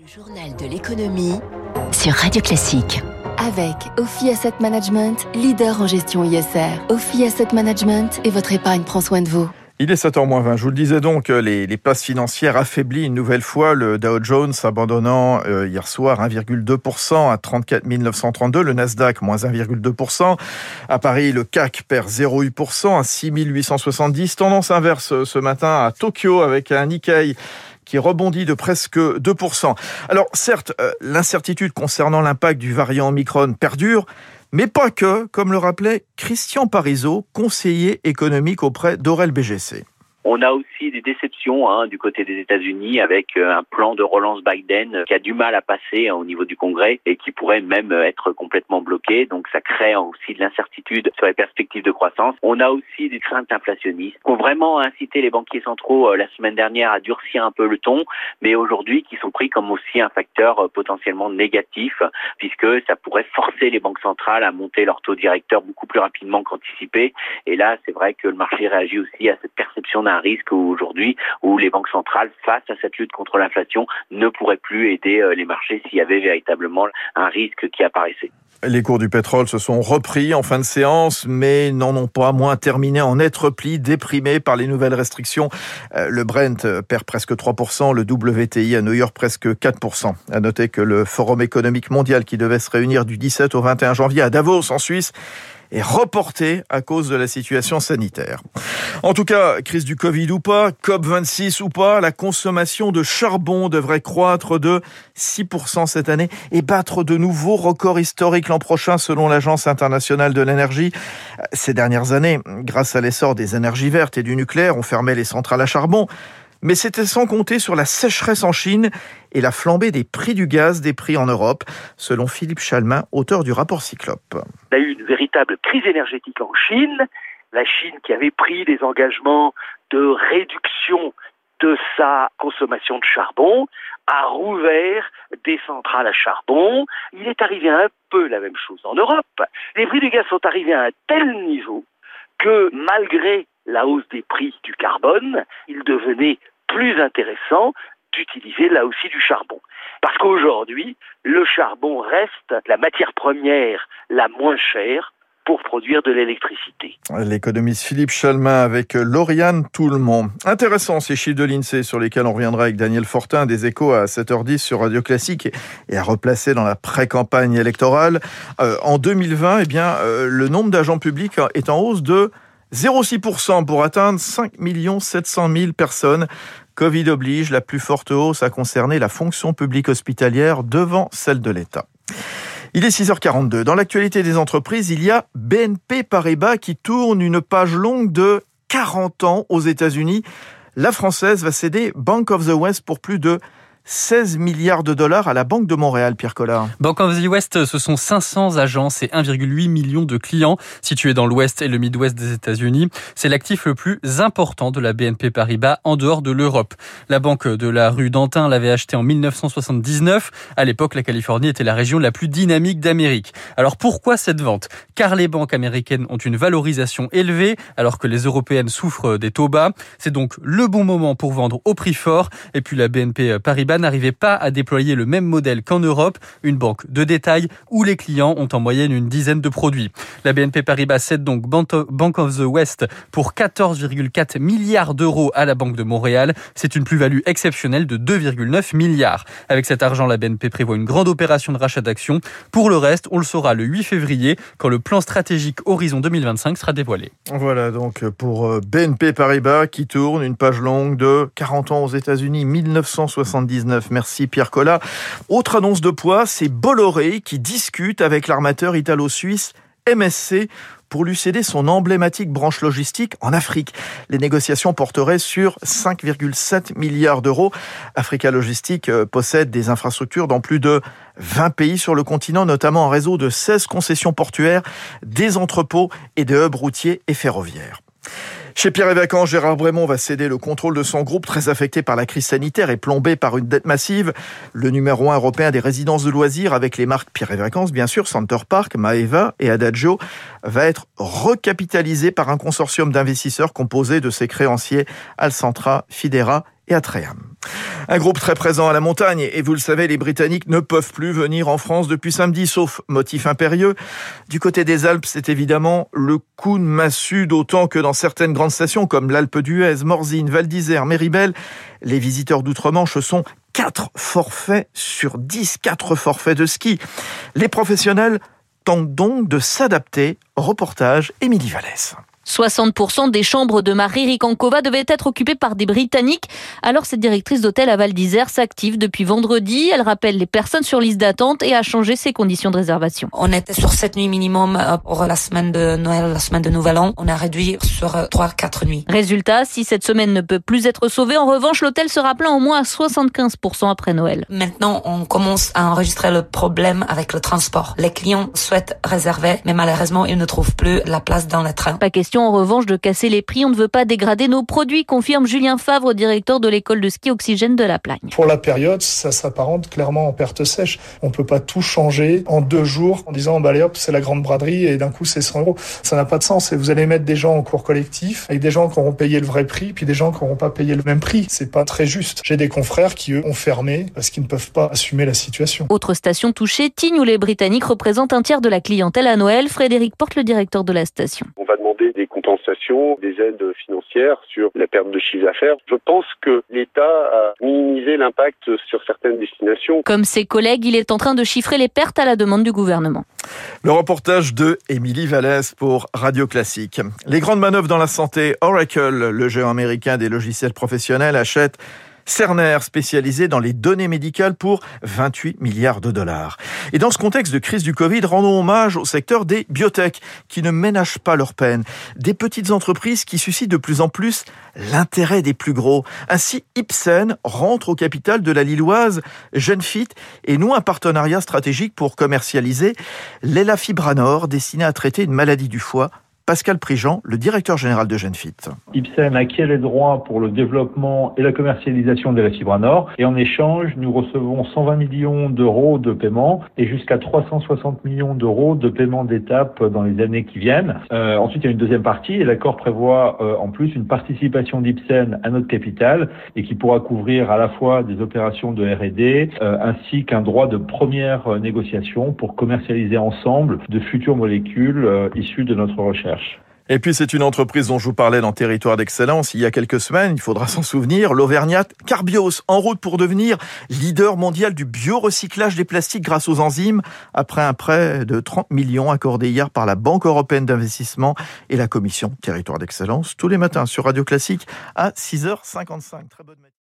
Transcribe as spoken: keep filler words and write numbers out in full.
Le journal de l'économie sur Radio Classique. Avec Ophi Asset Management, leader en gestion I S R. Ophi Asset Management et votre épargne prend soin de vous. Il est sept heures moins vingt. Je vous le disais donc, les, les places financières affaiblies une nouvelle fois. Le Dow Jones abandonnant euh, hier soir un virgule deux pour cent à trente-quatre mille neuf cent trente-deux. Le Nasdaq moins un virgule deux pour cent. À Paris, le C A C perd zéro virgule huit pour cent à six mille huit cent soixante-dix. Tendance inverse ce matin à Tokyo avec un Nikkei qui rebondit de presque deux pour cent. Alors certes, euh, l'incertitude concernant l'impact du variant Omicron perdure, mais pas que, comme le rappelait Christian Parizeau, conseiller économique auprès d'Aurel B G C. On a aussi des déceptions hein, du côté des États-Unis avec un plan de relance Biden qui a du mal à passer hein, au niveau du Congrès et qui pourrait même être complètement bloqué. Donc ça crée aussi de l'incertitude sur les perspectives de croissance. On a aussi des craintes inflationnistes qui ont vraiment incité les banquiers centraux euh, la semaine dernière à durcir un peu le ton, mais aujourd'hui qui sont pris comme aussi un facteur euh, potentiellement négatif puisque ça pourrait forcer les banques centrales à monter leur taux directeur beaucoup plus rapidement qu'anticipé. Et là, c'est vrai que le marché réagit aussi à cette perception d'un un risque aujourd'hui où les banques centrales, face à cette lutte contre l'inflation, ne pourraient plus aider les marchés s'il y avait véritablement un risque qui apparaissait. Les cours du pétrole se sont repris en fin de séance, mais n'en ont pas moins terminé en net repli, déprimés par les nouvelles restrictions. Le Brent perd presque trois pour cent, le W T I à New York presque quatre pour cent. À noter que le Forum économique mondial qui devait se réunir du dix-sept au vingt et un janvier à Davos en Suisse est reporté à cause de la situation sanitaire. En tout cas, crise du Covid ou pas, C O P vingt-six ou pas, la consommation de charbon devrait croître de six pour cent cette année et battre de nouveaux records historiques l'an prochain selon l'Agence internationale de l'énergie. Ces dernières années, grâce à l'essor des énergies vertes et du nucléaire, on fermait les centrales à charbon. Mais c'était sans compter sur la sécheresse en Chine et la flambée des prix du gaz, des prix en Europe, selon Philippe Chalmin, auteur du rapport Cyclope. Il y a eu une véritable crise énergétique en Chine. La Chine qui avait pris des engagements de réduction de sa consommation de charbon a rouvert des centrales à charbon. Il est arrivé un peu la même chose en Europe. Les prix du gaz sont arrivés à un tel niveau que malgré la hausse des prix du carbone, il devenait plus intéressant d'utiliser là aussi du charbon. Parce qu'aujourd'hui, le charbon reste la matière première la moins chère pour produire de l'électricité. L'économiste Philippe Chalmin avec Lauriane Toulmont. Intéressant ces chiffres de l'INSEE sur lesquels on reviendra avec Daniel Fortin des Échos à sept heures dix sur Radio Classique et à replacer dans la pré-campagne électorale. Euh, en deux mille vingt, eh bien, euh, le nombre d'agents publics est en hausse de zéro virgule six pour cent pour atteindre cinq millions sept cent mille personnes. Covid oblige, la plus forte hausse a concerné la fonction publique hospitalière devant celle de l'État. Il est six heures quarante-deux. Dans l'actualité des entreprises, il y a B N P Paribas qui tourne une page longue de quarante ans aux États-Unis. La française va céder Bank of the West pour plus de seize milliards de dollars à la Banque de Montréal, Pierre Collard. Bank of the West, ce sont cinq cents agences et un virgule huit million de clients situés dans l'ouest et le Midwest des États-Unis. C'est l'actif le plus important de la B N P Paribas en dehors de l'Europe. La banque de la rue d'Antin l'avait achetée en dix-neuf cent soixante-dix-neuf. À l'époque, la Californie était la région la plus dynamique d'Amérique. Alors pourquoi cette vente ? Car les banques américaines ont une valorisation élevée alors que les européennes souffrent des taux bas. C'est donc le bon moment pour vendre au prix fort. Et puis la B N P Paribas n'arrivait pas à déployer le même modèle qu'en Europe, une banque de détail où les clients ont en moyenne une dizaine de produits. La B N P Paribas cède donc Bank of the West pour quatorze virgule quatre milliards d'euros à la Banque de Montréal. C'est une plus-value exceptionnelle de deux virgule neuf milliards. Avec cet argent, la B N P prévoit une grande opération de rachat d'actions. Pour le reste, on le saura le huit février quand le plan stratégique Horizon deux mille vingt-cinq sera dévoilé. Voilà donc pour B N P Paribas qui tourne une page longue de quarante ans aux États-Unis, dix-neuf cent soixante-dix-neuf. Merci Pierre Collat. Autre annonce de poids, c'est Bolloré qui discute avec l'armateur italo-suisse M S C pour lui céder son emblématique branche logistique en Afrique. Les négociations porteraient sur cinq virgule sept milliards d'euros. Africa Logistique possède des infrastructures dans plus de vingt pays sur le continent, notamment un réseau de seize concessions portuaires, des entrepôts et des hubs routiers et ferroviaires. Chez Pierre et Vacances, Gérard Brémond va céder le contrôle de son groupe très affecté par la crise sanitaire et plombé par une dette massive. Le numéro un européen des résidences de loisirs avec les marques Pierre et Vacances, bien sûr, Center Parcs, Maeva et Adagio, va être recapitalisé par un consortium d'investisseurs composé de ses créanciers Alcentra, Fidera et Atream. Un groupe très présent à la montagne, et vous le savez, les Britanniques ne peuvent plus venir en France depuis samedi, sauf motif impérieux. Du côté des Alpes, c'est évidemment le coup de massue, d'autant que dans certaines grandes stations comme l'Alpe d'Huez, Morzine, Val d'Isère, Méribel, les visiteurs d'outre-Manche sont quatre forfaits sur dix, quatre forfaits de ski. Les professionnels tentent donc de s'adapter. Reportage Émilie Vallès. soixante pour cent des chambres de Marie Rikankova devaient être occupées par des Britanniques. Alors cette directrice d'hôtel à Val d'Isère s'active depuis vendredi. Elle rappelle les personnes sur liste d'attente et a changé ses conditions de réservation. On était sur sept nuits minimum pour la semaine de Noël, la semaine de Nouvel An. On a réduit sur trois à quatre nuits. Résultat, si cette semaine ne peut plus être sauvée, en revanche, l'hôtel sera plein au moins à soixante-quinze pour cent après Noël. Maintenant, on commence à enregistrer le problème avec le transport. Les clients souhaitent réserver, mais malheureusement, ils ne trouvent plus la place dans les trains. Pas question en revanche de casser les prix, on ne veut pas dégrader nos produits, confirme Julien Favre, directeur de l'école de ski Oxygène de la Plagne. Pour la période, ça s'apparente clairement en perte sèche. On peut pas tout changer en deux jours en disant bah allez hop, c'est la grande braderie et d'un coup c'est cent euros. Ça n'a pas de sens et vous allez mettre des gens en cours collectif avec des gens qui auront payé le vrai prix puis des gens qui n'auront pas payé le même prix. C'est pas très juste. J'ai des confrères qui eux ont fermé parce qu'ils ne peuvent pas assumer la situation. Autre station touchée, Tignes où les Britanniques représentent un tiers de la clientèle à Noël. Frédéric Porte, le directeur de la station. On va demander des compensations, des aides financières sur la perte de chiffre d'affaires. Je pense que l'État a minimisé l'impact sur certaines destinations. Comme ses collègues, il est en train de chiffrer les pertes à la demande du gouvernement. Le reportage de Émilie Vallès pour Radio Classique. Les grandes manœuvres dans la santé. Oracle, le géant américain des logiciels professionnels, achète Cerner, spécialisé dans les données médicales pour vingt-huit milliards de dollars. Et dans ce contexte de crise du Covid, rendons hommage au secteur des biotech qui ne ménagent pas leur peine. Des petites entreprises qui suscitent de plus en plus l'intérêt des plus gros. Ainsi, Ipsen rentre au capital de la Lilloise Genfit et noue un partenariat stratégique pour commercialiser l'Elafibranor destiné à traiter une maladie du foie. Pascal Prigent, le directeur général de Genfit. Ipsen acquiert les droits pour le développement et la commercialisation de l'Elafibranor et en échange, nous recevons cent vingt millions d'euros de paiement et jusqu'à trois cent soixante millions d'euros de paiement d'étape dans les années qui viennent. Euh, ensuite, il y a une deuxième partie et l'accord prévoit euh, en plus une participation d'Ipsen à notre capital et qui pourra couvrir à la fois des opérations de R et D euh, ainsi qu'un droit de première euh, négociation pour commercialiser ensemble de futures molécules euh, issues de notre recherche. Et puis c'est une entreprise dont je vous parlais dans Territoire d'Excellence il y a quelques semaines, il faudra s'en souvenir, l'Auvergnat Carbios, en route pour devenir leader mondial du biorecyclage des plastiques grâce aux enzymes, après un prêt de trente millions accordé hier par la Banque européenne d'investissement et la commission Territoire d'Excellence, tous les matins sur Radio Classique à six heures cinquante-cinq. Très bonne matinée.